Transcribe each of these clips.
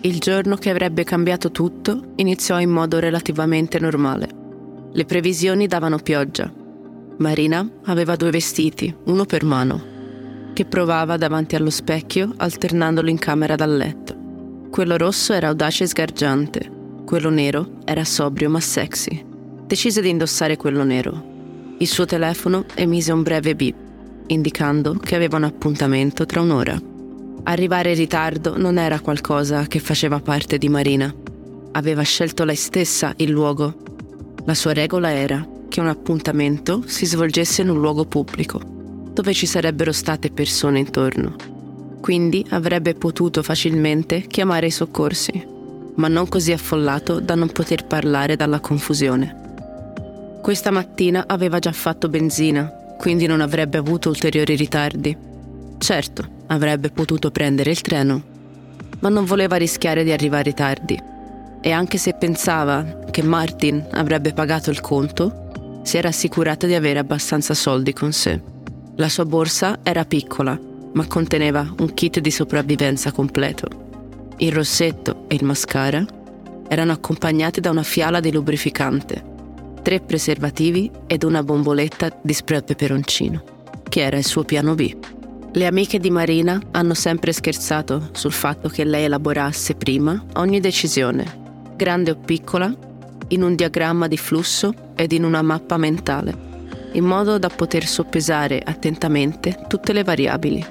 Il giorno che avrebbe cambiato tutto iniziò in modo relativamente normale. Le previsioni davano pioggia. Marina aveva 2 vestiti, uno per mano, che provava davanti allo specchio alternandolo in camera dal letto. Quello rosso era audace e sgargiante, quello nero era sobrio ma sexy. Decise di indossare quello nero. Il suo telefono emise un breve beep, indicando che aveva un appuntamento tra un'ora. Arrivare in ritardo non era qualcosa che faceva parte di Marina. Aveva scelto lei stessa il luogo. La sua regola era che un appuntamento si svolgesse in un luogo pubblico, dove ci sarebbero state persone intorno. Quindi avrebbe potuto facilmente chiamare i soccorsi, ma non così affollato da non poter parlare dalla confusione. Questa mattina aveva già fatto benzina, quindi non avrebbe avuto ulteriori ritardi. Certo, avrebbe potuto prendere il treno, ma non voleva rischiare di arrivare tardi. E anche se pensava che Martin avrebbe pagato il conto, si era assicurata di avere abbastanza soldi con sé. La sua borsa era piccola, ma conteneva un kit di sopravvivenza completo. Il rossetto e il mascara erano accompagnati da una fiala di lubrificante, 3 preservativi ed una bomboletta di spray al peperoncino, che era il suo piano B. Le amiche di Marina hanno sempre scherzato sul fatto che lei elaborasse prima ogni decisione, grande o piccola, in un diagramma di flusso ed in una mappa mentale, in modo da poter soppesare attentamente tutte le variabili.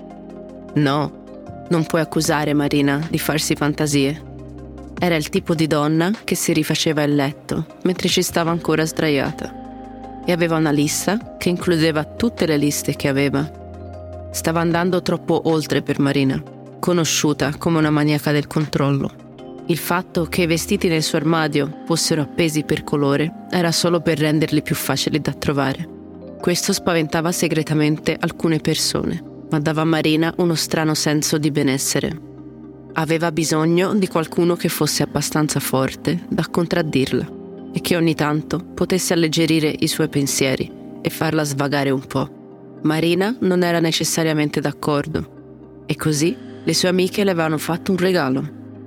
No, non puoi accusare Marina di farsi fantasie. Era il tipo di donna che si rifaceva il letto mentre ci stava ancora sdraiata e aveva una lista che includeva tutte le liste che aveva. Stava andando troppo oltre per Marina, conosciuta come una maniaca del controllo. Il fatto che i vestiti nel suo armadio fossero appesi per colore era solo per renderli più facili da trovare. Questo spaventava segretamente alcune persone, ma dava a Marina uno strano senso di benessere. Aveva bisogno di qualcuno che fosse abbastanza forte da contraddirla e che ogni tanto potesse alleggerire i suoi pensieri e farla svagare un po'. Marina non era necessariamente d'accordo e così le sue amiche le avevano fatto un regalo.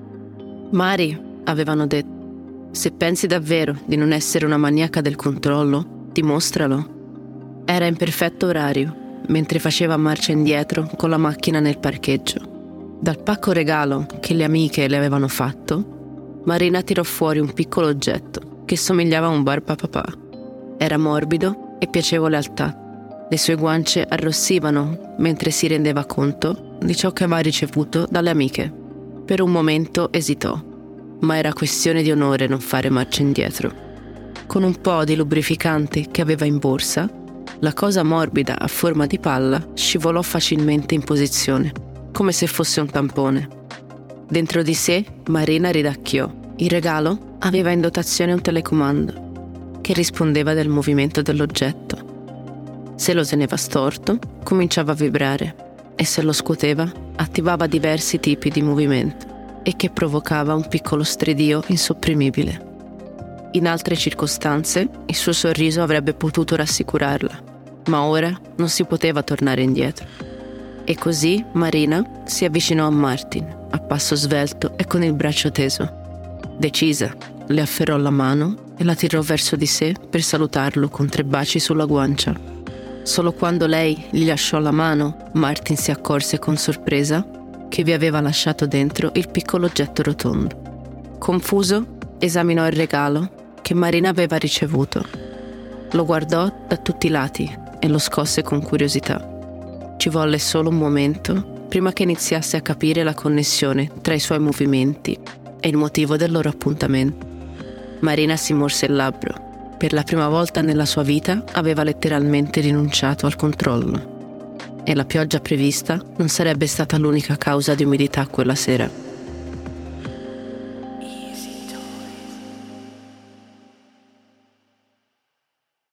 Mari, avevano detto, se pensi davvero di non essere una maniaca del controllo, dimostralo. Era in perfetto orario, mentre faceva marcia indietro con la macchina nel parcheggio. Dal pacco regalo che le amiche le avevano fatto, Marina tirò fuori un piccolo oggetto che somigliava a un barbapapà. Era morbido e piacevole al tatto. Le sue guance arrossivano mentre si rendeva conto di ciò che aveva ricevuto dalle amiche. Per un momento esitò, ma era questione di onore non fare marcia indietro. Con un po' di lubrificante che aveva in borsa, la cosa morbida a forma di palla scivolò facilmente in posizione, come se fosse un tampone. Dentro di sé, Marina ridacchiò. Il regalo aveva in dotazione un telecomando che rispondeva del movimento dell'oggetto. Se lo teneva storto, cominciava a vibrare e se lo scuoteva, attivava diversi tipi di movimento e che provocava un piccolo stridio insopprimibile. In altre circostanze, il suo sorriso avrebbe potuto rassicurarla, ma ora non si poteva tornare indietro. E così Marina si avvicinò a Martin, a passo svelto e con il braccio teso. Decisa, le afferrò la mano e la tirò verso di sé per salutarlo con 3 baci sulla guancia. Solo quando lei gli lasciò la mano, Martin si accorse con sorpresa che vi aveva lasciato dentro il piccolo oggetto rotondo. Confuso, esaminò il regalo che Marina aveva ricevuto. Lo guardò da tutti i lati e lo scosse con curiosità. Ci volle solo un momento prima che iniziasse a capire la connessione tra i suoi movimenti e il motivo del loro appuntamento. Marina si morse il labbro. Per la prima volta nella sua vita aveva letteralmente rinunciato al controllo. E la pioggia prevista non sarebbe stata l'unica causa di umidità quella sera.